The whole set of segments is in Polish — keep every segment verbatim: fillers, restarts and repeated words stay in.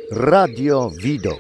Radio Widok.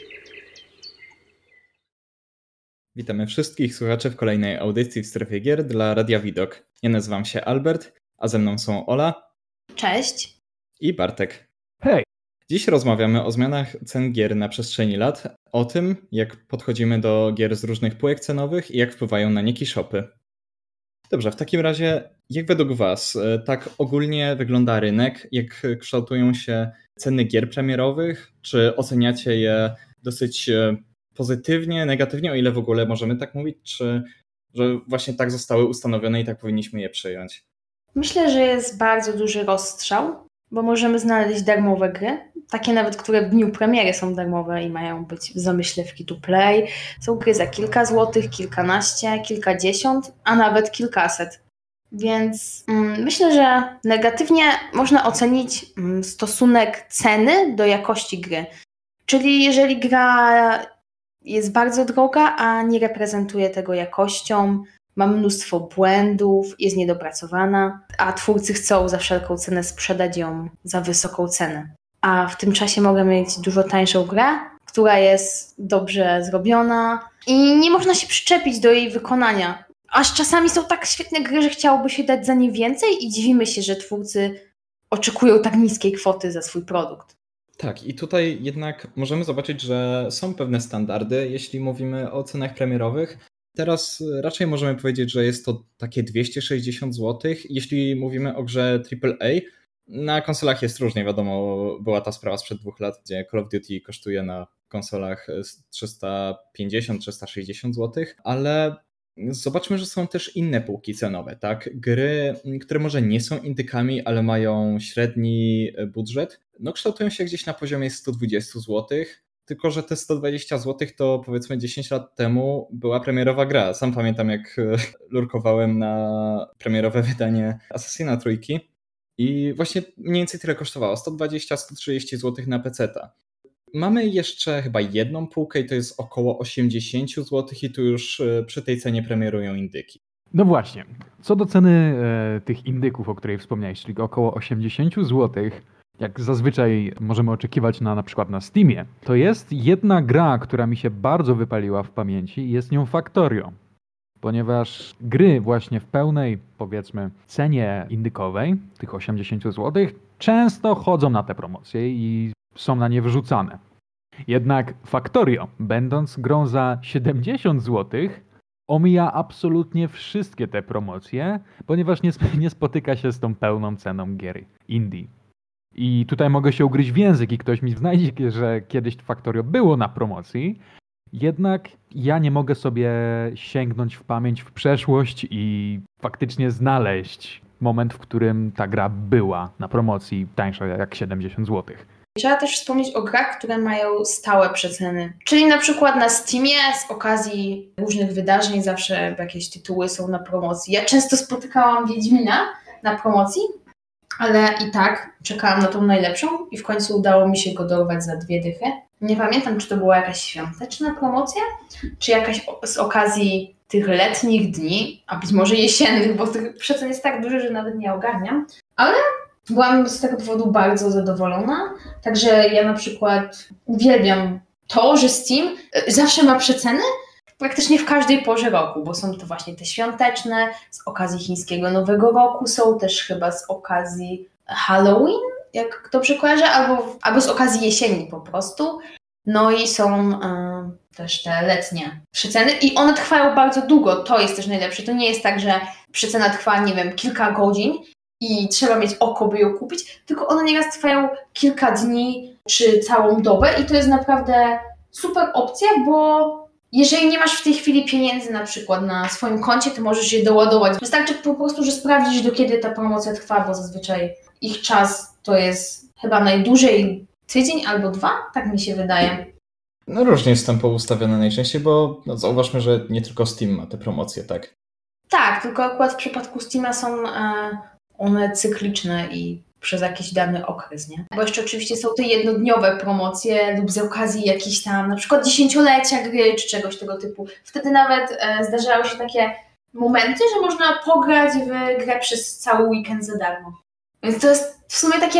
Witamy wszystkich słuchaczy w kolejnej audycji w Strefie Gier dla Radia Widok. Ja nazywam się Albert, a ze mną są Ola. Cześć. I Bartek. Hej. Dziś rozmawiamy o zmianach cen gier na przestrzeni lat, o tym, jak podchodzimy do gier z różnych półek cenowych i jak wpływają na nie keyshopy. Dobrze, w takim razie, jak według Was tak ogólnie wygląda rynek? Jak kształtują się ceny gier premierowych? Czy oceniacie je dosyć pozytywnie, negatywnie, o ile w ogóle możemy tak mówić? Czy że właśnie tak zostały ustanowione i tak powinniśmy je przyjąć? Myślę, że jest bardzo duży rozstrzał, bo możemy znaleźć darmowe gry, takie nawet, które w dniu premiery są darmowe i mają być w zamyśle free to play. Są gry za kilka złotych, kilkanaście, kilkadziesiąt, a nawet kilkaset. Więc mm, myślę, że negatywnie można ocenić mm, stosunek ceny do jakości gry. Czyli jeżeli gra jest bardzo droga, a nie reprezentuje tego jakością, ma mnóstwo błędów, jest niedopracowana, a twórcy chcą za wszelką cenę sprzedać ją za wysoką cenę. A w tym czasie mogę mieć dużo tańszą grę, która jest dobrze zrobiona i nie można się przyczepić do jej wykonania. Aż czasami są tak świetne gry, że chciałoby się dać za nie więcej i dziwimy się, że twórcy oczekują tak niskiej kwoty za swój produkt. Tak, i tutaj jednak możemy zobaczyć, że są pewne standardy, jeśli mówimy o cenach premierowych. Teraz raczej możemy powiedzieć, że jest to takie dwieście sześćdziesiąt złotych. Jeśli mówimy o grze triple A, na konsolach jest różnie, wiadomo, była ta sprawa sprzed dwóch lat, gdzie Call of Duty kosztuje na konsolach trzysta pięćdziesiąt trzysta sześćdziesiąt złotych, ale zobaczmy, że są też inne półki cenowe, tak? Gry, które może nie są indykami, ale mają średni budżet, no kształtują się gdzieś na poziomie sto dwadzieścia złotych, tylko że te sto dwadzieścia złotych to powiedzmy dziesięć lat temu była premierowa gra. Sam pamiętam, jak lurkowałem na premierowe wydanie Assassina trójki i właśnie mniej więcej tyle kosztowało, sto dwadzieścia do stu trzydziestu złotych na peceta. Mamy jeszcze chyba jedną półkę i to jest około osiemdziesiąt złotych i tu już przy tej cenie premierują indyki. No właśnie, co do ceny e, tych indyków, o której wspomniałeś, czyli około osiemdziesiąt złotych, jak zazwyczaj możemy oczekiwać na na przykład na Steamie, to jest jedna gra, która mi się bardzo wypaliła w pamięci i jest nią Factorio. Ponieważ gry właśnie w pełnej, powiedzmy, cenie indykowej, tych osiemdziesiąt złotych, często chodzą na te promocje i są na nie wrzucane. Jednak Factorio, będąc grą za siedemdziesiąt złotych, omija absolutnie wszystkie te promocje, ponieważ nie, nie spotyka się z tą pełną ceną gier indie. I tutaj mogę się ugryźć w język i ktoś mi znajdzie, że kiedyś Factorio było na promocji, jednak ja nie mogę sobie sięgnąć w pamięć w przeszłość i faktycznie znaleźć moment, w którym ta gra była na promocji tańsza jak siedemdziesiąt złotych. Trzeba też wspomnieć o grach, które mają stałe przeceny. Czyli na przykład na Steamie z okazji różnych wydarzeń zawsze jakieś tytuły są na promocji. Ja często spotykałam Wiedźmina na promocji, ale i tak czekałam na tą najlepszą i w końcu udało mi się go dorwać za dwie dychy. Nie pamiętam, czy to była jakaś świąteczna promocja, czy jakaś z okazji tych letnich dni, a być może jesiennych, bo tych przecen jest tak dużo, że nawet nie ogarniam. Ale byłam z tego powodu bardzo zadowolona. Także ja na przykład uwielbiam to, że Steam zawsze ma przeceny praktycznie w każdej porze roku, bo są to właśnie te świąteczne, z okazji chińskiego Nowego Roku, są też chyba z okazji Halloween, jak dobrze kojarzę, albo, albo z okazji jesieni po prostu. No i są y, też te letnie przeceny i one trwają bardzo długo, to jest też najlepsze. To nie jest tak, że przecena trwa, nie wiem, kilka godzin i trzeba mieć oko, by ją kupić, tylko one nieraz trwają kilka dni czy całą dobę i to jest naprawdę super opcja, bo jeżeli nie masz w tej chwili pieniędzy na przykład na swoim koncie, to możesz je doładować. Wystarczy po prostu, że sprawdzisz, do kiedy ta promocja trwa, bo zazwyczaj ich czas to jest chyba najdłużej tydzień albo dwa, tak mi się wydaje. No różnie jest tam poustawione najczęściej, bo no, zauważmy, że nie tylko Steam ma te promocje, tak? Tak, tylko akurat w przypadku Steama są e, one cykliczne i przez jakiś dany okres, nie? Bo jeszcze oczywiście są te jednodniowe promocje lub z okazji jakichś tam na przykład dziesięciolecia gry czy czegoś tego typu. Wtedy nawet e, zdarzały się takie momenty, że można pograć w grę przez cały weekend za darmo. Więc to jest w sumie takie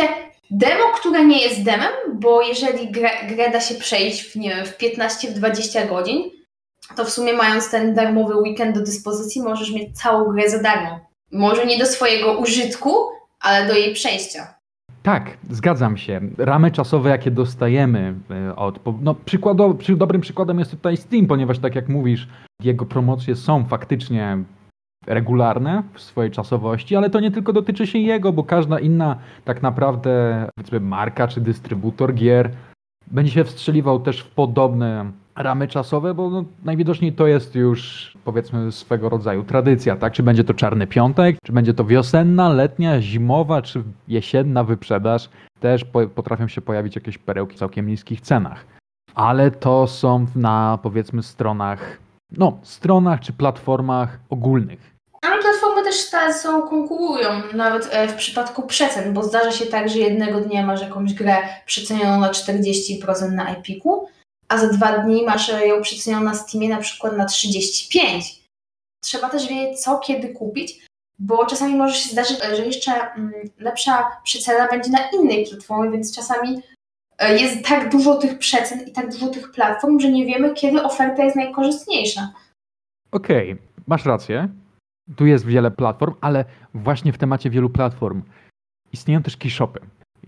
Demo, które nie jest demem, bo jeżeli grę, grę da się przejść w, nie wiem, w piętnaście dwadzieścia godzin, to w sumie mając ten darmowy weekend do dyspozycji możesz mieć całą grę za darmo. Może nie do swojego użytku, ale do jej przejścia. Tak, zgadzam się. Ramy czasowe, jakie dostajemy od... No, przykładowo, przy, dobrym przykładem jest tutaj Steam, ponieważ tak jak mówisz, jego promocje są faktycznie regularne w swojej czasowości, ale to nie tylko dotyczy się jego, bo każda inna tak naprawdę powiedzmy marka czy dystrybutor gier będzie się wstrzeliwał też w podobne ramy czasowe, bo no, najwidoczniej to jest już powiedzmy swego rodzaju tradycja, tak? Czy będzie to Czarny Piątek, czy będzie to wiosenna, letnia, zimowa, czy jesienna wyprzedaż, też po, potrafią się pojawić jakieś perełki w całkiem niskich cenach. Ale to są na powiedzmy stronach, no stronach czy platformach ogólnych. Ale platformy też te są, konkurują, nawet w przypadku przecen, bo zdarza się tak, że jednego dnia masz jakąś grę przecenioną na czterdzieści procent na Epiku, a za dwa dni masz ją przecenioną na Steamie na przykład na trzydzieści pięć procent. Trzeba też wiedzieć, co kiedy kupić, bo czasami może się zdarzyć, że jeszcze lepsza przecena będzie na innej platformie, więc czasami jest tak dużo tych przecen i tak dużo tych platform, że nie wiemy, kiedy oferta jest najkorzystniejsza. Okej, okay, masz rację. Tu jest wiele platform, ale właśnie w temacie wielu platform istnieją też keyshopy.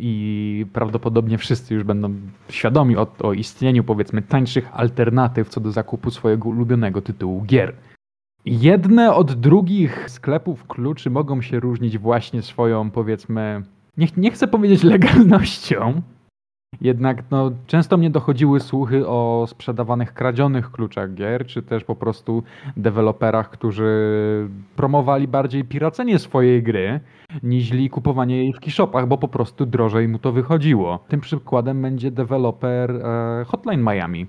I prawdopodobnie wszyscy już będą świadomi o, o istnieniu powiedzmy tańszych alternatyw co do zakupu swojego ulubionego tytułu gier. Jedne od drugich sklepów kluczy mogą się różnić właśnie swoją powiedzmy, nie, nie chcę powiedzieć legalnością, jednak no, często mnie dochodziły słuchy o sprzedawanych kradzionych kluczach gier, czy też po prostu deweloperach, którzy promowali bardziej piracenie swojej gry, niźli kupowanie jej w keyshopach, bo po prostu drożej mu to wychodziło. Tym przykładem będzie deweloper e, Hotline Miami.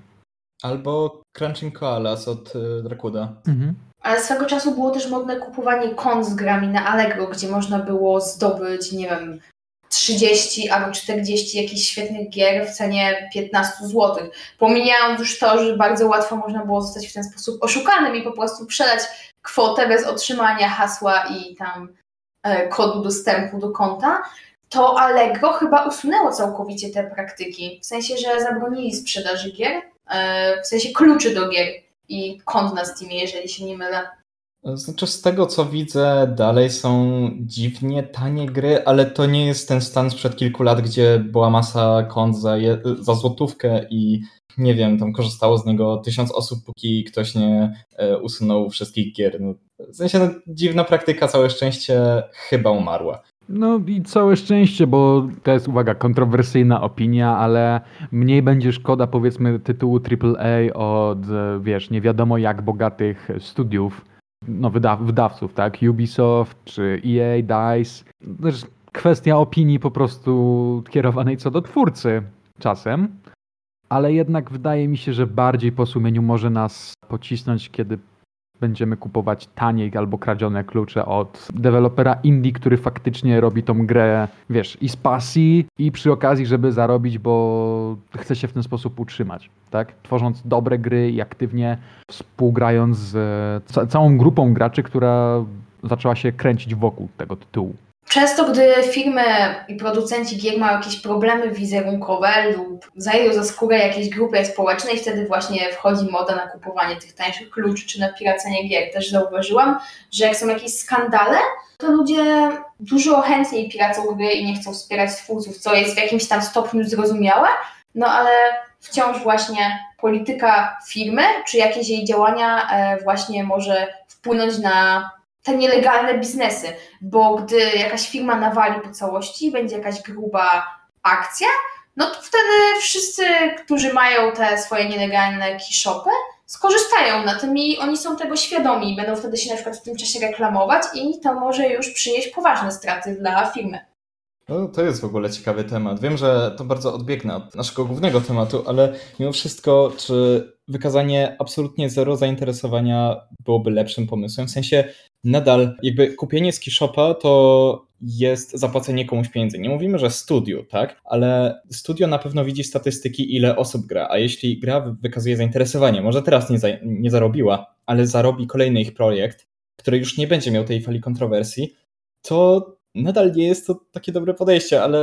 Albo Crunching Koalas od e, Drakuda. Mhm. Ale swego czasu było też modne kupowanie kont z grami na Allegro, gdzie można było zdobyć, nie wiem, trzydzieści albo czterdzieści jakichś świetnych gier w cenie piętnaście złotych. Pomijając już to, że bardzo łatwo można było zostać w ten sposób oszukanym i po prostu przelać kwotę bez otrzymania hasła i tam e, kodu dostępu do konta, to Allegro chyba usunęło całkowicie te praktyki. W sensie, że zabronili sprzedaży gier, e, w sensie kluczy do gier i kont na Steamie, jeżeli się nie mylę. Znaczy z tego co widzę dalej są dziwnie tanie gry, ale to nie jest ten stan sprzed kilku lat, gdzie była masa kont za, je, za złotówkę i nie wiem, tam korzystało z niego tysiąc osób, póki ktoś nie e, usunął wszystkich gier. No, w sensie no, dziwna praktyka, całe szczęście chyba umarła. No i całe szczęście, bo to jest, uwaga, kontrowersyjna opinia, ale mniej będzie szkoda powiedzmy tytułu triple A od, wiesz, nie wiadomo jak bogatych studiów, no wydaw- wydawców, tak, Ubisoft czy E A, DICE. Też kwestia opinii po prostu kierowanej co do twórcy czasem, ale jednak wydaje mi się, że bardziej po sumieniu może nas pocisnąć, kiedy będziemy kupować taniej albo kradzione klucze od dewelopera indie, który faktycznie robi tą grę, wiesz, i z pasji, i przy okazji, żeby zarobić, bo chce się w ten sposób utrzymać, tak? Tworząc dobre gry i aktywnie współgrając z ca- całą grupą graczy, która zaczęła się kręcić wokół tego tytułu. Często, gdy firmy i producenci gier mają jakieś problemy wizerunkowe lub zajdą za skórę jakiejś grupy społecznej, wtedy właśnie wchodzi moda na kupowanie tych tańszych kluczy czy na piracenie gier. Też zauważyłam, że jak są jakieś skandale, to ludzie dużo chętniej piracą gry i nie chcą wspierać twórców, co jest w jakimś tam stopniu zrozumiałe, no ale wciąż właśnie polityka firmy czy jakieś jej działania właśnie może wpłynąć na te nielegalne biznesy, bo gdy jakaś firma nawali po całości, będzie jakaś gruba akcja, no to wtedy wszyscy, którzy mają te swoje nielegalne keyshopy, skorzystają na tym i oni są tego świadomi, będą wtedy się na przykład w tym czasie reklamować i to może już przynieść poważne straty dla firmy. No, to jest w ogóle ciekawy temat. Wiem, że to bardzo odbiegnę od naszego głównego tematu, ale mimo wszystko, czy wykazanie absolutnie zero zainteresowania byłoby lepszym pomysłem? W sensie nadal jakby kupienie z keyshopa to jest zapłacenie komuś pieniędzy. Nie mówimy, że studiu, tak? Ale studio na pewno widzi statystyki, ile osób gra, a jeśli gra wykazuje zainteresowanie, może teraz nie, za, nie zarobiła, ale zarobi kolejny ich projekt, który już nie będzie miał tej fali kontrowersji, to nadal nie jest to takie dobre podejście, ale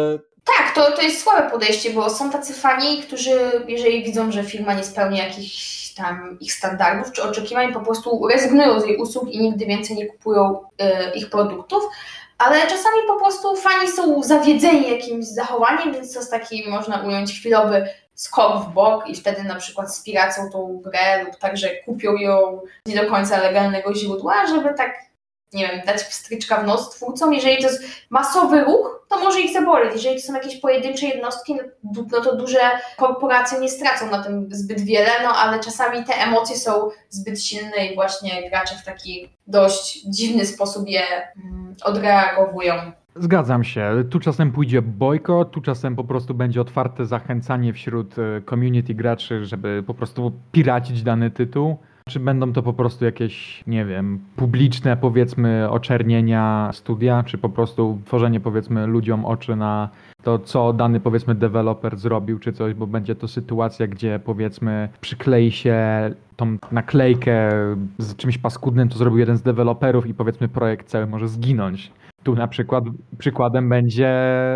Tak, to, to jest słabe podejście, bo są tacy fani, którzy jeżeli widzą, że firma nie spełnia jakichś tam ich standardów czy oczekiwań, po prostu rezygnują z jej usług i nigdy więcej nie kupują y, ich produktów, ale czasami po prostu fani są zawiedzeni jakimś zachowaniem, więc to jest taki, można ująć, chwilowy skok w bok i wtedy na przykład wspieracą tą grę lub także kupią ją z nie do końca legalnego źródła, żeby tak, nie wiem, dać pstryczka w nos twórcom. Jeżeli to jest masowy ruch, to może ich zaboleć. Jeżeli to są jakieś pojedyncze jednostki, no, no to duże korporacje nie stracą na tym zbyt wiele, no ale czasami te emocje są zbyt silne i właśnie gracze w taki dość dziwny sposób je mm, odreagowują. Zgadzam się. Tu czasem pójdzie bojkot, tu czasem po prostu będzie otwarte zachęcanie wśród community graczy, żeby po prostu piracić dany tytuł. Czy będą to po prostu jakieś, nie wiem, publiczne, powiedzmy, oczernienia studia, czy po prostu tworzenie, powiedzmy, ludziom oczy na to, co dany, powiedzmy, deweloper zrobił, czy coś, bo będzie to sytuacja, gdzie, powiedzmy, przyklei się tą naklejkę z czymś paskudnym, co zrobił jeden z deweloperów i, powiedzmy, projekt cały może zginąć. Tu na przykład przykładem będzie,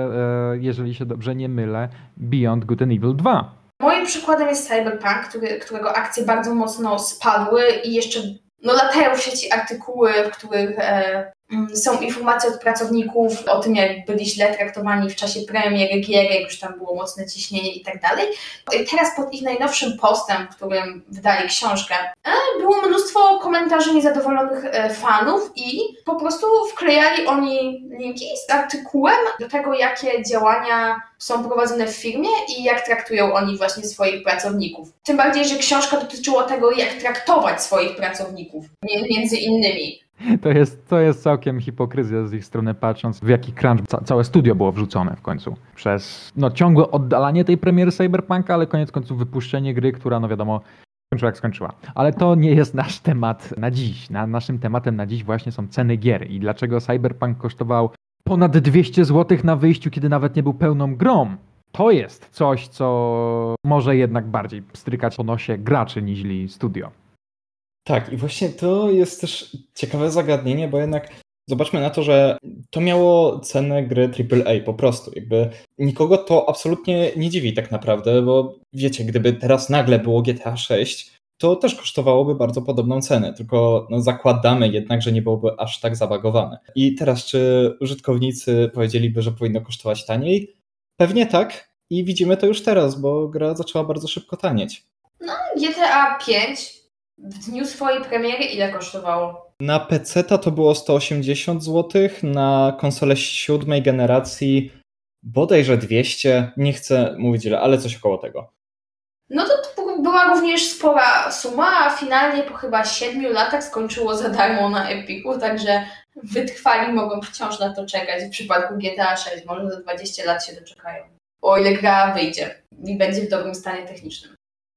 jeżeli się dobrze nie mylę, Beyond Good and Evil dwa. Moim przykładem jest Cyberpunk, który, którego akcje bardzo mocno spadły i jeszcze no, latają w sieci artykuły, w których e, są informacje od pracowników o tym, jak byli źle traktowani w czasie premiery gier, jak już tam było mocne ciśnienie i tak dalej. I teraz pod ich najnowszym postem, w którym wydali książkę, e, było mnóstwo komentarzy niezadowolonych e, fanów i po prostu wklejali oni linki z artykułem do tego, jakie działania są prowadzone w firmie i jak traktują oni właśnie swoich pracowników. Tym bardziej, że książka dotyczyła tego, jak traktować swoich pracowników, między innymi. To jest, to jest całkiem hipokryzja z ich strony, patrząc w jaki crunch ca- całe studio było wrzucone w końcu. Przez no, ciągłe oddalanie tej premiery Cyberpunka, ale koniec końców wypuszczenie gry, która no wiadomo skończyła jak skończyła. Ale to nie jest nasz temat na dziś. Na, naszym tematem na dziś właśnie są ceny gier i dlaczego Cyberpunk kosztował ponad dwieście złotych na wyjściu, kiedy nawet nie był pełną grą. To jest coś, co może jednak bardziej strykać po nosie graczy niźli studio. Tak, i właśnie to jest też ciekawe zagadnienie, bo jednak zobaczmy na to, że to miało cenę gry triple A po prostu. Jakby nikogo to absolutnie nie dziwi tak naprawdę, bo wiecie, gdyby teraz nagle było G T A sześć, to też kosztowałoby bardzo podobną cenę, tylko no, zakładamy jednak, że nie byłoby aż tak zabagowane. I teraz, czy użytkownicy powiedzieliby, że powinno kosztować taniej? Pewnie tak i widzimy to już teraz, bo gra zaczęła bardzo szybko tanieć. No, G T A pięć w dniu swojej premiery ile kosztowało? Na peceta to było sto osiemdziesiąt złotych, na konsolę siódmej generacji bodajże dwieście, nie chcę mówić ile, ale coś około tego. No to, to była również spora suma, a finalnie po chyba siedmiu latach skończyło za darmo na Epiku, także wytrwali mogą wciąż na to czekać. W przypadku G T A sześć może za dwadzieścia lat się doczekają, o ile gra wyjdzie i będzie w dobrym stanie technicznym.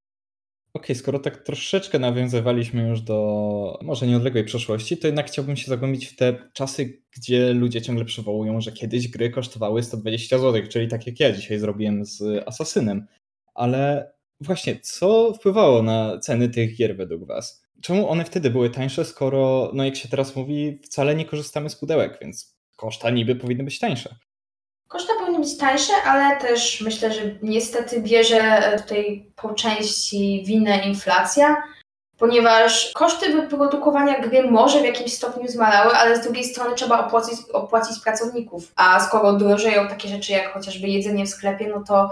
Okej, okay, skoro tak troszeczkę nawiązywaliśmy już do może nieodległej przeszłości, to jednak chciałbym się zagłębić w te czasy, gdzie ludzie ciągle przywołują, że kiedyś gry kosztowały sto dwadzieścia złotych, czyli tak jak ja dzisiaj zrobiłem z Assassinem. Ale właśnie, co wpływało na ceny tych gier według was? Czemu one wtedy były tańsze, skoro, no jak się teraz mówi, wcale nie korzystamy z pudełek, więc koszta niby powinny być tańsze? Koszta powinny być tańsze, ale też myślę, że niestety bierze tutaj po części winę inflacja, ponieważ koszty wyprodukowania gry może w jakimś stopniu zmalały, ale z drugiej strony trzeba opłacić, opłacić pracowników. A skoro drożeją takie rzeczy jak chociażby jedzenie w sklepie, no to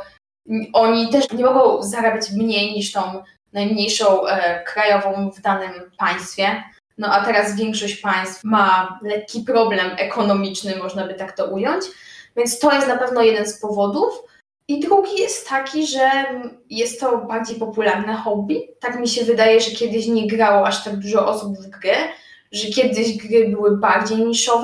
oni też nie mogą zarabiać mniej niż tą najmniejszą e, krajową w danym państwie. No a teraz większość państw ma lekki problem ekonomiczny, można by tak to ująć. Więc to jest na pewno jeden z powodów. I drugi jest taki, że jest to bardziej popularne hobby. Tak mi się wydaje, że kiedyś nie grało aż tak dużo osób w gry, że kiedyś gry były bardziej niszowe,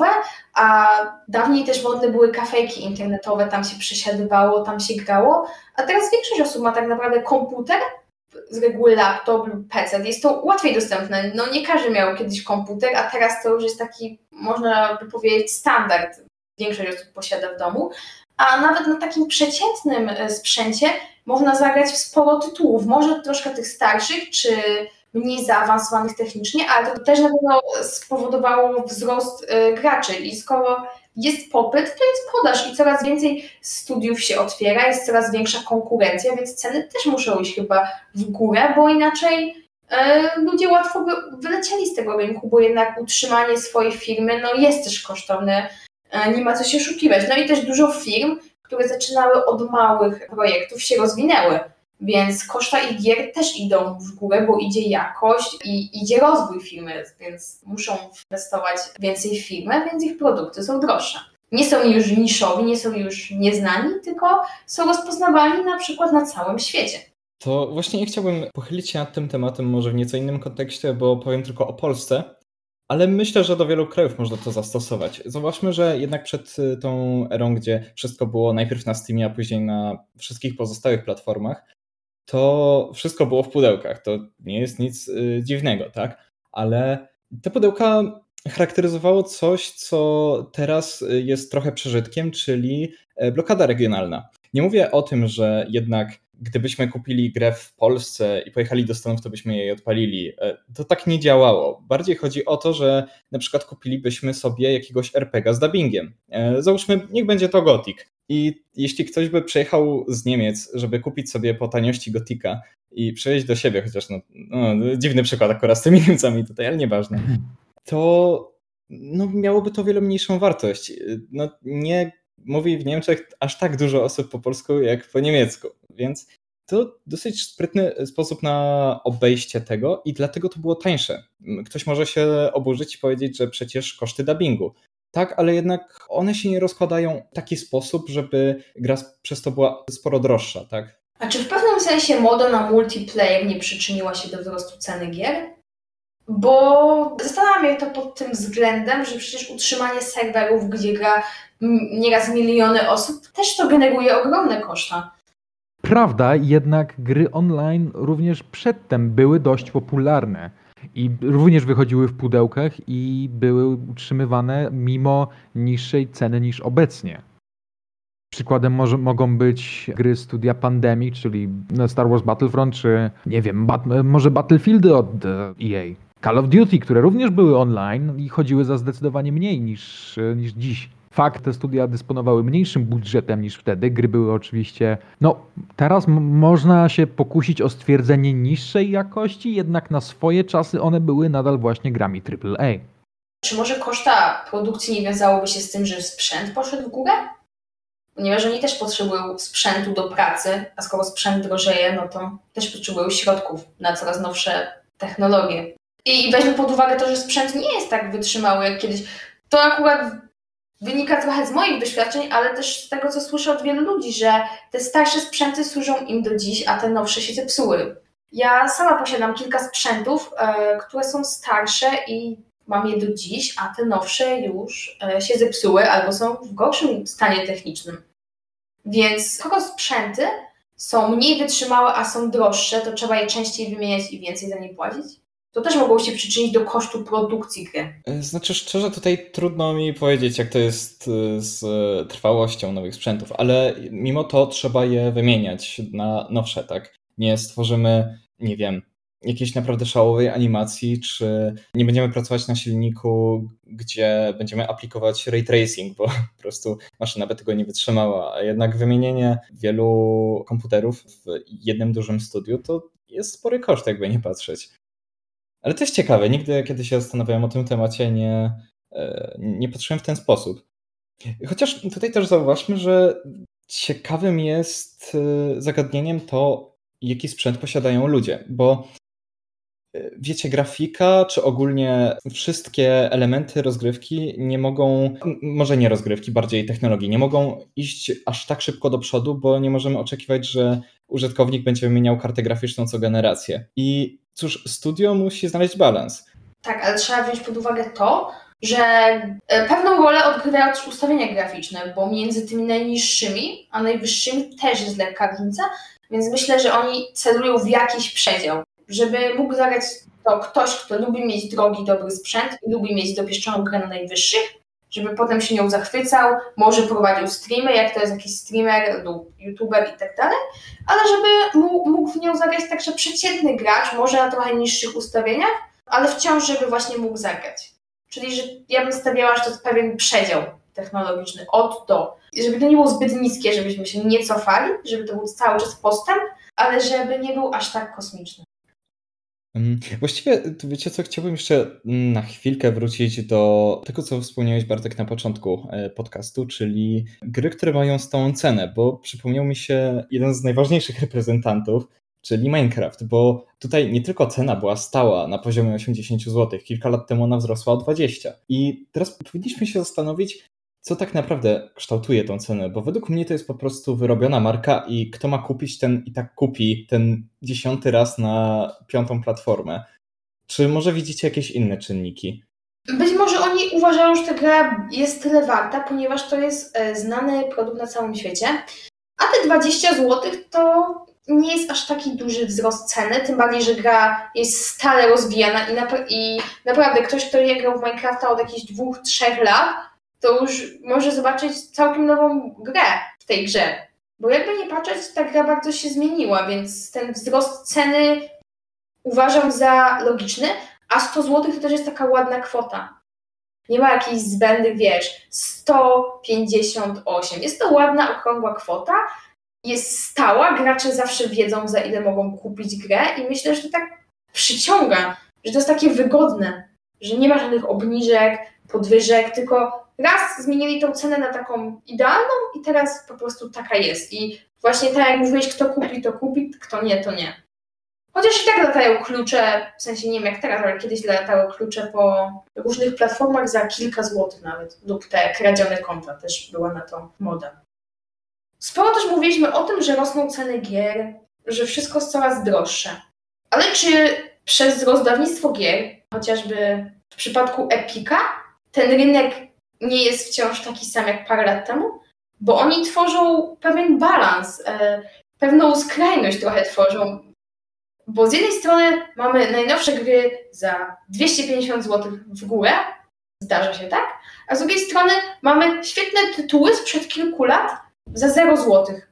a dawniej też modne były kafejki internetowe, tam się przesiadywało, tam się grało, a teraz większość osób ma tak naprawdę komputer, z reguły laptop lub P C. Jest to łatwiej dostępne. No nie każdy miał kiedyś komputer, a teraz to już jest taki, można by powiedzieć, standard. Większość osób posiada w domu, a nawet na takim przeciętnym sprzęcie można zagrać w sporo tytułów, może troszkę tych starszych, czy mniej zaawansowanych technicznie, ale to też na pewno spowodowało wzrost graczy i skoro jest popyt, to jest podaż i coraz więcej studiów się otwiera, jest coraz większa konkurencja, więc ceny też muszą iść chyba w górę, bo inaczej e, ludzie łatwo by wylecieli z tego rynku, bo jednak utrzymanie swojej firmy no, jest też kosztowne, e, nie ma co się oszukiwać. No i też dużo firm, które zaczynały od małych projektów, się rozwinęły. Więc koszta ich gier też idą w górę, bo idzie jakość i idzie rozwój firmy, więc muszą inwestować więcej w firmę, więc ich produkty są droższe. Nie są już niszowi, nie są już nieznani, tylko są rozpoznawani na przykład na całym świecie. To właśnie chciałbym pochylić się nad tym tematem może w nieco innym kontekście, bo powiem tylko o Polsce, ale myślę, że do wielu krajów można to zastosować. Zobaczmy, że jednak przed tą erą, gdzie wszystko było najpierw na Steamie, a później na wszystkich pozostałych platformach, to wszystko było w pudełkach. To nie jest nic dziwnego, tak? Ale te pudełka charakteryzowało coś, co teraz jest trochę przeżytkiem, czyli blokada regionalna. Nie mówię o tym, że jednak gdybyśmy kupili grę w Polsce i pojechali do Stanów, to byśmy jej odpalili. To tak nie działało. Bardziej chodzi o to, że na przykład kupilibyśmy sobie jakiegoś er pe ga z dubbingiem. Załóżmy, niech będzie to Gothic. I jeśli ktoś by przyjechał z Niemiec, żeby kupić sobie po taniości Gotika i przejść do siebie, chociaż no, no dziwny przykład akurat z tymi Niemcami tutaj, ale nieważne, to no, miałoby to wiele mniejszą wartość. No, nie mówi w Niemczech aż tak dużo osób po polsku jak po niemiecku, więc to dosyć sprytny sposób na obejście tego i dlatego to było tańsze. Ktoś może się oburzyć i powiedzieć, że przecież koszty dubbingu. Tak, ale jednak one się nie rozkładają w taki sposób, żeby gra przez to była sporo droższa, tak? A czy w pewnym sensie moda na multiplayer nie przyczyniła się do wzrostu ceny gier? Bo zastanawiam mnie to pod tym względem, że przecież utrzymanie serwerów, gdzie gra nieraz miliony osób, też to generuje ogromne koszta. Prawda, jednak gry online również przedtem były dość popularne. I również wychodziły w pudełkach i były utrzymywane mimo niższej ceny niż obecnie. Przykładem może, mogą być gry studia Pandemic, czyli Star Wars Battlefront, czy nie wiem, bat, może Battlefieldy od E A. Call of Duty, które również były online i chodziły za zdecydowanie mniej niż, niż dziś. Fakt, te studia dysponowały mniejszym budżetem niż wtedy. Gry były oczywiście... No, teraz m- można się pokusić o stwierdzenie niższej jakości, jednak na swoje czasy one były nadal właśnie grami triple A. Czy może koszta produkcji nie wiązałoby się z tym, że sprzęt poszedł w górę? Ponieważ oni też potrzebują sprzętu do pracy, a skoro sprzęt drożeje, no to też potrzebują środków na coraz nowsze technologie. I weźmy pod uwagę to, że sprzęt nie jest tak wytrzymały jak kiedyś. To akurat wynika trochę z moich doświadczeń, ale też z tego, co słyszę od wielu ludzi, że te starsze sprzęty służą im do dziś, a te nowsze się zepsuły. Ja sama posiadam kilka sprzętów, e, które są starsze i mam je do dziś, a te nowsze już e, się zepsuły albo są w gorszym stanie technicznym. Więc skoro sprzęty są mniej wytrzymałe, a są droższe, to trzeba je częściej wymieniać i więcej za nie płacić? To też mogło się przyczynić do kosztu produkcji gry. Znaczy szczerze tutaj trudno mi powiedzieć, jak to jest z trwałością nowych sprzętów, ale mimo to trzeba je wymieniać na nowsze, tak? Nie stworzymy, nie wiem, jakiejś naprawdę szałowej animacji, czy nie będziemy pracować na silniku, gdzie będziemy aplikować ray tracing, bo po prostu maszyna by tego nie wytrzymała, a jednak wymienienie wielu komputerów w jednym dużym studiu to jest spory koszt, jakby nie patrzeć. Ale to jest ciekawe, nigdy kiedy się zastanawiałem o tym temacie, nie, nie patrzyłem w ten sposób. Chociaż tutaj też zauważmy, że ciekawym jest zagadnieniem to, jaki sprzęt posiadają ludzie, bo wiecie, grafika, czy ogólnie wszystkie elementy rozgrywki nie mogą, może nie rozgrywki, bardziej technologii, nie mogą iść aż tak szybko do przodu, bo nie możemy oczekiwać, że użytkownik będzie wymieniał kartę graficzną co generację. I cóż, studio musi znaleźć balans. Tak, ale trzeba wziąć pod uwagę to, że pewną rolę odgrywają też ustawienia graficzne, bo między tymi najniższymi a najwyższymi też jest lekka różnica, więc myślę, że oni celują w jakiś przedział. Żeby mógł zagrać to ktoś, kto lubi mieć drogi, dobry sprzęt i lubi mieć dopieszczoną grę na najwyższych, żeby potem się nią zachwycał, może prowadził streamy, jak to jest jakiś streamer lub youtuber i tak dalej, ale żeby mógł w nią zagrać także przeciętny gracz, może na trochę niższych ustawieniach, ale wciąż, żeby właśnie mógł zagrać. Czyli, że ja bym stawiała, że to jest pewien przedział technologiczny od do. Żeby to nie było zbyt niskie, żebyśmy się nie cofali, żeby to był cały czas postęp, ale żeby nie był aż tak kosmiczny. Właściwie, to wiecie co, chciałbym jeszcze na chwilkę wrócić do tego, co wspomniałeś, Bartek, na początku podcastu, czyli gry, które mają stałą cenę, bo przypomniał mi się jeden z najważniejszych reprezentantów, czyli Minecraft, bo tutaj nie tylko cena była stała na poziomie osiemdziesiąt złotych, kilka lat temu ona wzrosła o dwadzieścia. I teraz powinniśmy się zastanowić, co tak naprawdę kształtuje tą cenę, bo według mnie to jest po prostu wyrobiona marka i kto ma kupić, ten i tak kupi ten dziesiąty raz na piątą platformę. Czy może widzicie jakieś inne czynniki? Być może oni uważają, że ta gra jest tyle warta, ponieważ to jest znany produkt na całym świecie, a te dwadzieścia złotych to nie jest aż taki duży wzrost ceny, tym bardziej, że gra jest stale rozwijana i, napra- i naprawdę ktoś, kto nie grał w Minecrafta od jakichś dwóch, trzech lat, to już może zobaczyć całkiem nową grę w tej grze. Bo jakby nie patrzeć, ta gra bardzo się zmieniła, więc ten wzrost ceny uważam za logiczny, a sto złotych to też jest taka ładna kwota. Nie ma jakichś zbędnych, wiesz, sto pięćdziesiąt osiem. Jest to ładna, okrągła kwota, jest stała, gracze zawsze wiedzą, za ile mogą kupić grę i myślę, że to tak przyciąga, że to jest takie wygodne, że nie ma żadnych obniżek, podwyżek, tylko raz zmienili tą cenę na taką idealną i teraz po prostu taka jest. I właśnie tak jak mówiłeś, kto kupi, to kupi, kto nie, to nie. Chociaż i tak latają klucze, w sensie nie wiem jak teraz, ale kiedyś latały klucze po różnych platformach za kilka złotych nawet, lub te kradzione konta, też była na to moda. Sporo też mówiliśmy o tym, że rosną ceny gier, że wszystko jest coraz droższe. Ale czy przez rozdawnictwo gier, chociażby w przypadku Epica, ten rynek nie jest wciąż taki sam jak parę lat temu? Bo oni tworzą pewien balans, e, pewną skrajność trochę tworzą. Bo z jednej strony mamy najnowsze gry za dwieście pięćdziesiąt złotych w górę, zdarza się tak, a z drugiej strony mamy świetne tytuły sprzed kilku lat za zero złotych.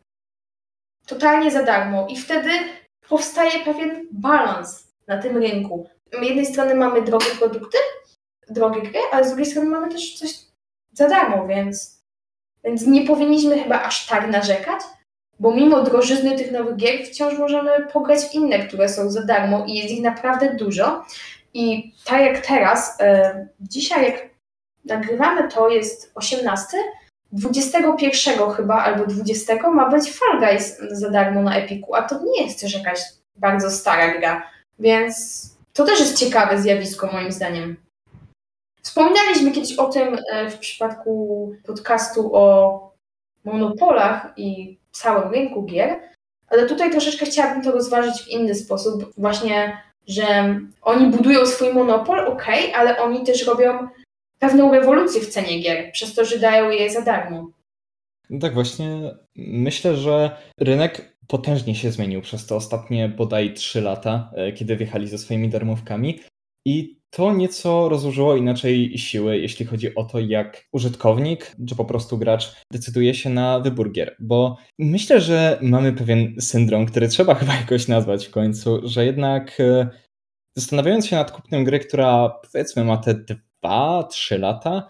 Totalnie za darmo. I wtedy powstaje pewien balans na tym rynku. Z jednej strony mamy drogie produkty, drogie gry, ale z drugiej strony mamy też coś za darmo, więc, więc nie powinniśmy chyba aż tak narzekać, bo mimo drożyzny tych nowych gier wciąż możemy pograć w inne, które są za darmo i jest ich naprawdę dużo. I tak jak teraz, e, dzisiaj jak nagrywamy, to jest osiemnasty, dwudziestego pierwszego chyba, albo dwudziestego ma być Fall Guys za darmo na Epiku, a to nie jest też jakaś bardzo stara gra, więc to też jest ciekawe zjawisko moim zdaniem. Wspominaliśmy kiedyś o tym w przypadku podcastu o monopolach i całym rynku gier, ale tutaj troszeczkę chciałabym to rozważyć w inny sposób. Właśnie, że oni budują swój monopol, okej, okay, ale oni też robią pewną rewolucję w cenie gier, przez to, że dają je za darmo. No tak właśnie, myślę, że rynek potężnie się zmienił przez te ostatnie bodaj trzy lata, kiedy wjechali ze swoimi darmówkami i to nieco rozłożyło inaczej siły, jeśli chodzi o to, jak użytkownik, czy po prostu gracz decyduje się na wybór gier, bo myślę, że mamy pewien syndrom, który trzeba chyba jakoś nazwać w końcu, że jednak zastanawiając się nad kupnem gry, która powiedzmy ma te dwa trzy lata,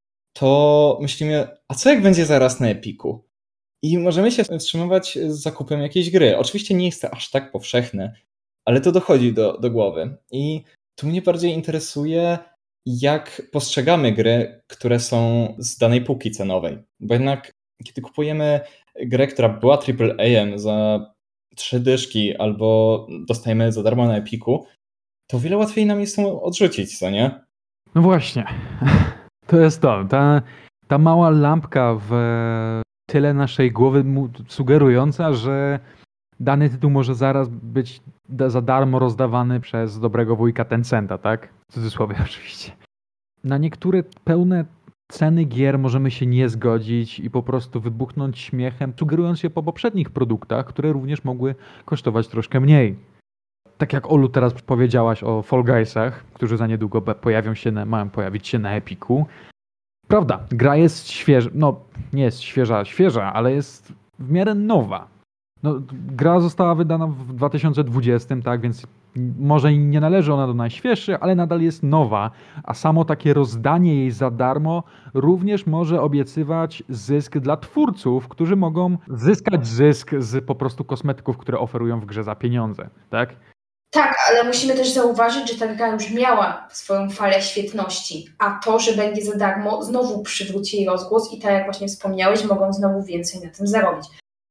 to myślimy, a co jak będzie zaraz na Epiku? I możemy się wstrzymywać z zakupem jakiejś gry. Oczywiście nie jest to aż tak powszechne, ale to dochodzi do, do głowy. I tu mnie bardziej interesuje, jak postrzegamy gry, które są z danej półki cenowej. Bo jednak kiedy kupujemy grę, która była triple A za trzy dyszki albo dostajemy za darmo na Epiku, to wiele łatwiej nam jest ją odrzucić, co nie? No właśnie. To jest to. Ta, ta mała lampka w tyle naszej głowy sugerująca, że dany tytuł może zaraz być za darmo rozdawany przez dobrego wujka Tencenta, tak? W cudzysłowie oczywiście. Na niektóre pełne ceny gier możemy się nie zgodzić i po prostu wybuchnąć śmiechem, sugerując się po poprzednich produktach, które również mogły kosztować troszkę mniej. Tak jak Olu teraz powiedziałaś o Fall Guysach, którzy za niedługo pojawią się na, mają pojawić się na Epiku. Prawda, gra jest świeża, no nie jest świeża, świeża, ale jest w miarę nowa. No, gra została wydana w dwa tysiące dwudziestym, tak, więc Może i nie należy ona do najświeższych, ale nadal jest nowa, a samo takie rozdanie jej za darmo również może obiecywać zysk dla twórców, którzy mogą zyskać zysk z po prostu kosmetyków, które oferują w grze za pieniądze, tak? Tak, ale musimy też zauważyć, że ta gra już miała swoją falę świetności, a to, że będzie za darmo, znowu przywróci jej rozgłos i tak jak właśnie wspomniałeś, mogą znowu więcej na tym zarobić.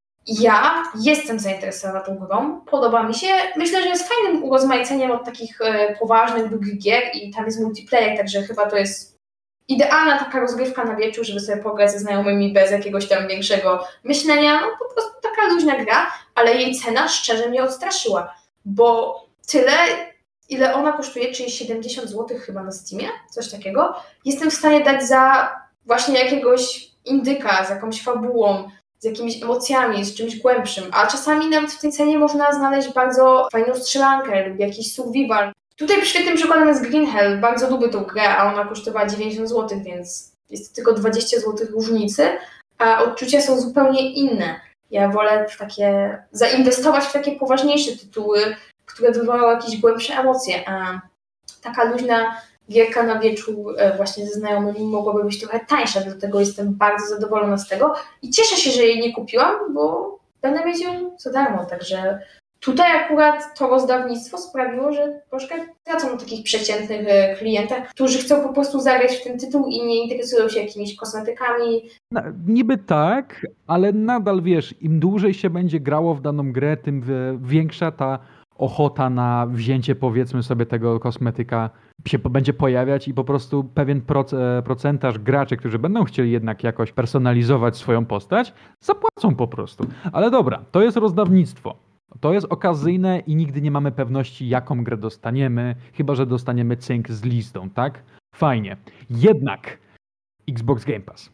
Ja jestem zainteresowana tą grą, podoba mi się. Myślę, że jest fajnym urozmaiceniem od takich e, poważnych, długich gier i tam jest multiplayer, także chyba to jest idealna taka rozgrywka na wieczór, żeby sobie pograć ze znajomymi bez jakiegoś tam większego myślenia. No po prostu taka luźna gra, ale jej cena szczerze mnie odstraszyła, bo tyle, ile ona kosztuje, czyli siedemdziesiąt złotych chyba na Steamie, coś takiego, jestem w stanie dać za właśnie jakiegoś indyka z jakąś fabułą, z jakimiś emocjami, z czymś głębszym, a czasami nawet w tej cenie można znaleźć bardzo fajną strzelankę lub jakiś survival. Tutaj świetnym przykładem jest Green Hell, bardzo lubię tą grę, a ona kosztowała dziewięćdziesiąt złotych, więc jest tylko dwadzieścia złotych różnicy, a odczucia są zupełnie inne. Ja wolę w takie, zainwestować w takie poważniejsze tytuły, które wywołały jakieś głębsze emocje, a taka luźna gierka na wieczór właśnie ze znajomymi mogłaby być trochę tańsza, dlatego jestem bardzo zadowolona z tego i cieszę się, że jej nie kupiłam, bo będę mieć ją za darmo, także tutaj akurat to rozdawnictwo sprawiło, że troszkę tracą na takich przeciętnych klientach, którzy chcą po prostu zagrać w ten tytuł i nie interesują się jakimiś kosmetykami. No, niby tak, ale nadal wiesz, im dłużej się będzie grało w daną grę, tym większa ta ochota na wzięcie, powiedzmy sobie, tego kosmetyka się będzie pojawiać i po prostu pewien procentaż graczy, którzy będą chcieli jednak jakoś personalizować swoją postać, zapłacą po prostu. Ale dobra, to jest rozdawnictwo. To jest okazyjne i nigdy nie mamy pewności, jaką grę dostaniemy, chyba że dostaniemy cynk z listą, tak? Fajnie. Jednak Xbox Game Pass,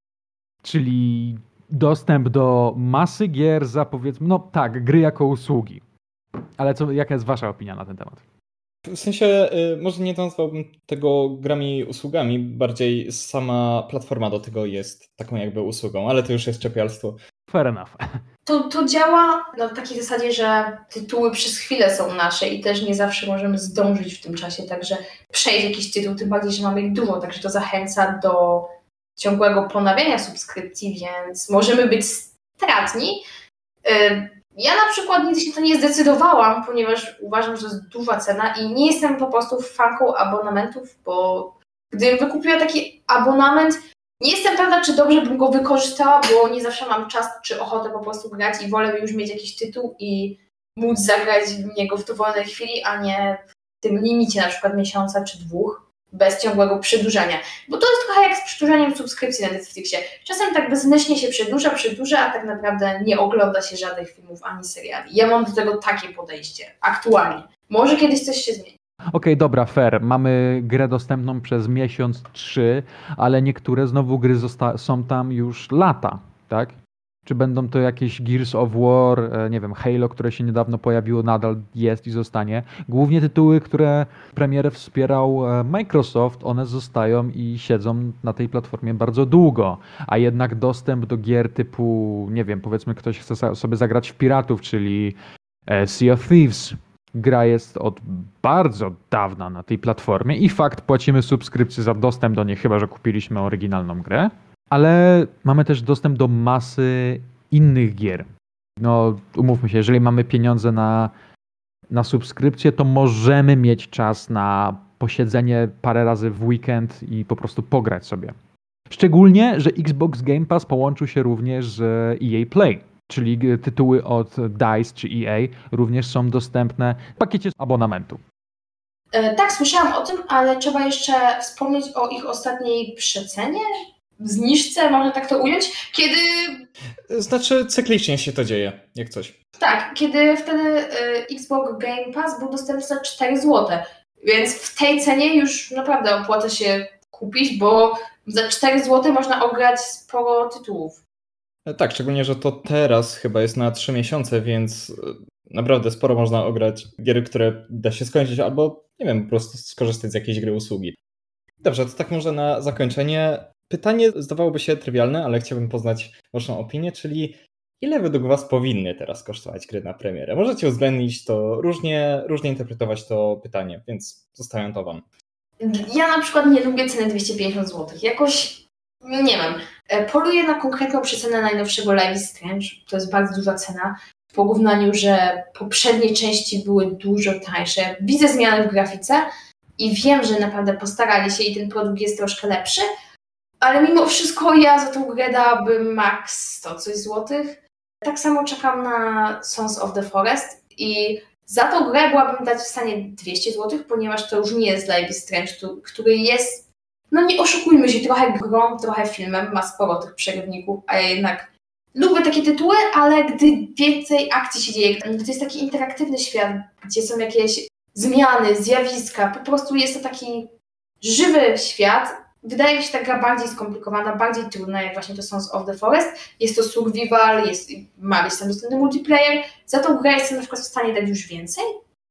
czyli dostęp do masy gier za, powiedzmy, no tak, gry jako usługi. Ale co, jaka jest wasza opinia na ten temat? W sensie, może nie nazwałbym tego grami i usługami, bardziej sama platforma do tego jest taką jakby usługą, ale to już jest czepialstwo. Fair enough. To, to działa na takiej zasadzie, że tytuły przez chwilę są nasze i też nie zawsze możemy zdążyć w tym czasie, także przejść jakiś tytuł, tym bardziej, że mamy ich dużo, także to zachęca do ciągłego ponawiania subskrypcji, więc możemy być stratni. Ja na przykład nigdy się to nie zdecydowałam, ponieważ uważam, że to jest duża cena i nie jestem po prostu fanką abonamentów, bo gdybym wykupiła taki abonament, nie jestem pewna, czy dobrze bym go wykorzystała, bo nie zawsze mam czas czy ochotę po prostu grać i wolę już mieć jakiś tytuł i móc zagrać w niego w dowolnej chwili, a nie w tym limicie na przykład miesiąca czy dwóch, bez ciągłego przedłużania. Bo to jest trochę jak z przedłużaniem subskrypcji na Netflixie. Czasem tak bezmyślnie się przedłuża, przedłuża, a tak naprawdę nie ogląda się żadnych filmów ani seriali. Ja mam do tego takie podejście, aktualnie. Może kiedyś coś się zmieni. Okej, okay, dobra, fair. Mamy grę dostępną przez miesiąc, trzy, ale niektóre znowu gry zosta- są tam już lata, tak? Czy będą to jakieś Gears of War, nie wiem, Halo, które się niedawno pojawiło, nadal jest i zostanie. Głównie tytuły, które premierę wspierał Microsoft, one zostają i siedzą na tej platformie bardzo długo. A jednak dostęp do gier typu, nie wiem, powiedzmy ktoś chce sobie zagrać w Piratów, czyli Sea of Thieves. Gra jest od bardzo dawna na tej platformie i fakt, płacimy subskrypcję za dostęp do niej, chyba że kupiliśmy oryginalną grę. Ale mamy też dostęp do masy innych gier. No, umówmy się, jeżeli mamy pieniądze na, na subskrypcję, to możemy mieć czas na posiedzenie parę razy w weekend i po prostu pograć sobie. Szczególnie, że Xbox Game Pass połączył się również z E A Play, czyli tytuły od DICE czy E A również są dostępne w pakiecie abonamentu. E, tak, słyszałam o tym, ale trzeba jeszcze wspomnieć o ich ostatniej przecenie. Zniżce, można tak to ująć, kiedy... Znaczy cyklicznie się to dzieje, jak coś. Tak, kiedy wtedy y, Xbox Game Pass był dostępny za cztery złote, więc w tej cenie już naprawdę opłaca się kupić, bo za cztery złote można ograć sporo tytułów. Tak, szczególnie, że to teraz chyba jest na trzy miesiące, więc naprawdę sporo można ograć gier, które da się skończyć, albo nie wiem, po prostu skorzystać z jakiejś gry usługi. Dobrze, to tak może na zakończenie. Pytanie zdawałoby się trywialne, ale chciałbym poznać waszą opinię, czyli ile według was powinny teraz kosztować gry na premierę? Możecie uwzględnić to różnie, różnie interpretować to pytanie, więc zostawiam to wam. Ja na przykład nie lubię ceny dwieście pięćdziesiąt złotych. Jakoś, nie wiem, poluję na konkretną przecenę najnowszego Life is Strange. To jest bardzo duża cena. W porównaniu, że poprzednie części były dużo tańsze. Widzę zmiany w grafice i wiem, że naprawdę postarali się i ten produkt jest troszkę lepszy, ale mimo wszystko ja za tą grę dałabym max sto coś złotych. Tak samo czekam na Sons of the Forest i za tą grę byłabym dać w stanie dwieście złotych, ponieważ to już nie jest Life is Strange, który jest, no nie oszukujmy się, trochę grą, trochę filmem, ma sporo tych przerywników, a ja jednak lubię takie tytuły, ale gdy więcej akcji się dzieje, gdy to jest taki interaktywny świat, gdzie są jakieś zmiany, zjawiska, po prostu jest to taki żywy świat. Wydaje mi się ta gra bardziej skomplikowana, bardziej trudna, jak właśnie to Sons of the Forest. Jest to survival, jest, ma być tam dostępny multiplayer. Za tą grę jestem na przykład w stanie dać już więcej.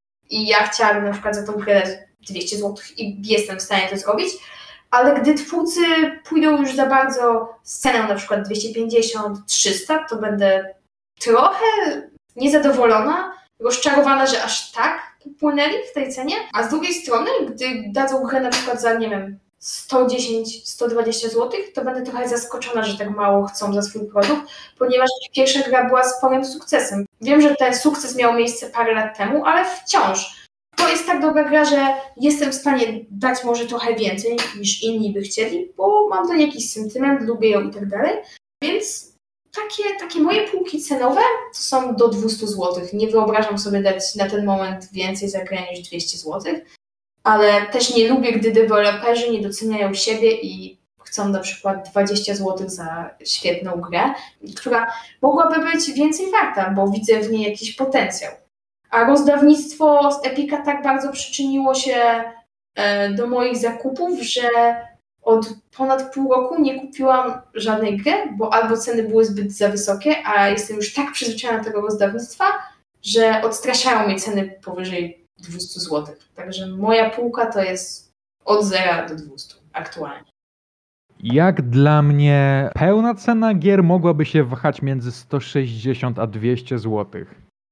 I ja chciałabym na przykład za tą grę dać dwieście złotych i jestem w stanie to zrobić. Ale gdy twórcy pójdą już za bardzo z ceną na przykład dwieście pięćdziesiąt trzysta, to będę trochę niezadowolona, rozczarowana, że aż tak popłynęli w tej cenie. A z drugiej strony, gdy dadzą grę na przykład za, nie wiem, sto dziesięć sto dwadzieścia złotych, to będę trochę zaskoczona, że tak mało chcą za swój produkt, ponieważ pierwsza gra była sporym sukcesem. Wiem, że ten sukces miał miejsce parę lat temu, ale wciąż to jest tak dobra gra, że jestem w stanie dać może trochę więcej niż inni by chcieli, bo mam do niej jakiś sentyment, lubię ją i tak dalej. Więc takie, takie moje półki cenowe to są do dwieście złotych. Nie wyobrażam sobie dać na ten moment więcej za grę niż dwieście złotych. Ale też nie lubię, gdy deweloperzy nie doceniają siebie i chcą na przykład dwadzieścia złotych za świetną grę, która mogłaby być więcej warta, bo widzę w niej jakiś potencjał. A rozdawnictwo z Epica tak bardzo przyczyniło się do moich zakupów, że od ponad pół roku nie kupiłam żadnej gry, bo albo ceny były zbyt za wysokie, a jestem już tak przyzwyczajona do tego rozdawnictwa, że odstraszają mnie ceny powyżej dwieście złotych. Także moja półka to jest od zera do dwustu aktualnie. Jak dla mnie pełna cena gier mogłaby się wahać między sto sześćdziesiąt a dwieście złotych.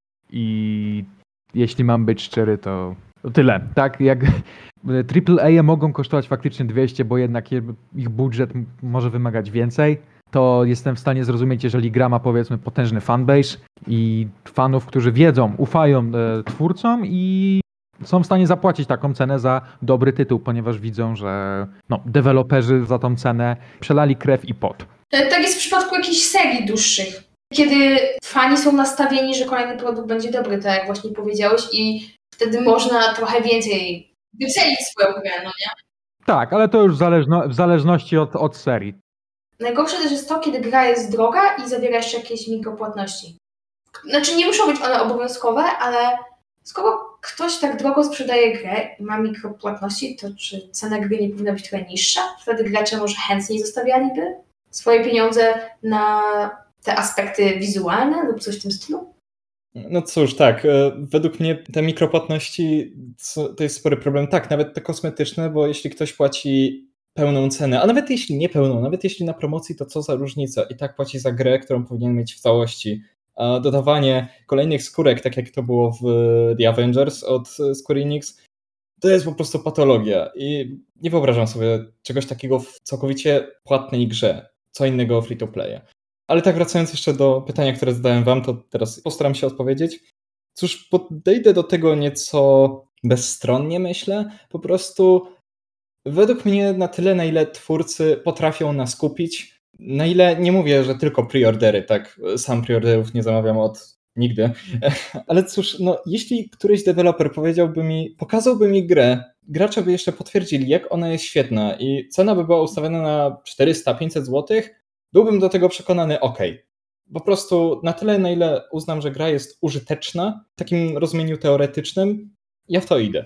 I jeśli mam być szczery, to, to tyle. Tak, jak triple A mogą kosztować faktycznie dwieście, bo jednak ich budżet może wymagać więcej, to jestem w stanie zrozumieć, jeżeli gra ma powiedzmy potężny fanbase i fanów, którzy wiedzą, ufają e, twórcom i są w stanie zapłacić taką cenę za dobry tytuł, ponieważ widzą, że no, deweloperzy za tą cenę przelali krew i pot. Tak jest w przypadku jakichś serii dłuższych, kiedy fani są nastawieni, że kolejny produkt będzie dobry, tak jak właśnie powiedziałeś, i wtedy można trochę więcej wycenić swoją grę, no nie? Tak, ale to już w, zależno- w zależności od, od serii. Najgorsze też jest to, kiedy gra jest droga i zawiera jeszcze jakieś mikropłatności. Znaczy nie muszą być one obowiązkowe, ale skoro ktoś tak drogo sprzedaje grę i ma mikropłatności, to czy cena gry nie powinna być trochę niższa? Wtedy gracze może chętniej zostawialiby swoje pieniądze na te aspekty wizualne lub coś w tym stylu? No cóż, tak, według mnie te mikropłatności to jest spory problem. Tak, nawet te kosmetyczne, bo jeśli ktoś płaci pełną cenę, a nawet jeśli nie pełną, nawet jeśli na promocji, to co za różnica? I tak płaci za grę, którą powinien mieć w całości. A dodawanie kolejnych skórek, tak jak to było w The Avengers od Square Enix, to jest po prostu patologia i nie wyobrażam sobie czegoś takiego w całkowicie płatnej grze, co innego free to play. Ale tak wracając jeszcze do pytania, które zadałem wam, to teraz postaram się odpowiedzieć. Cóż, podejdę do tego nieco bezstronnie, myślę. Po prostu według mnie na tyle, na ile twórcy potrafią nas kupić, na ile, nie mówię, że tylko preordery, tak, sam preorderów nie zamawiam od nigdy, ale cóż, no jeśli któryś deweloper powiedziałby mi, pokazałby mi grę, gracze by jeszcze potwierdzili, jak ona jest świetna i cena by była ustawiona na czterysta pięćset złotych, byłbym do tego przekonany, ok. Po prostu na tyle, na ile uznam, że gra jest użyteczna, w takim rozumieniu teoretycznym, ja w to idę.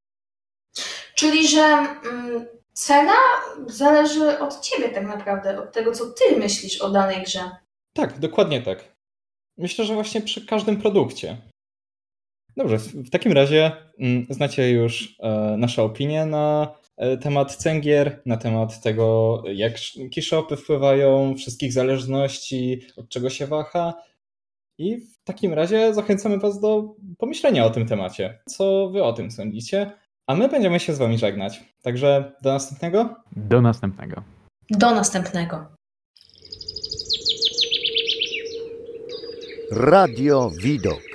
Czyli, że mm, cena zależy od ciebie tak naprawdę, od tego, co ty myślisz o danej grze. Tak, dokładnie tak. Myślę, że właśnie przy każdym produkcie. Dobrze, w takim razie mm, znacie już e, nasze opinie na e, temat cen gier, na temat tego, jak keyshopy wpływają, wszystkich zależności, od czego się waha. I w takim razie zachęcamy Was do pomyślenia o tym temacie. Co Wy o tym sądzicie? A my będziemy się z Wami żegnać. Także do następnego. Do następnego. Do następnego. Radio Widok.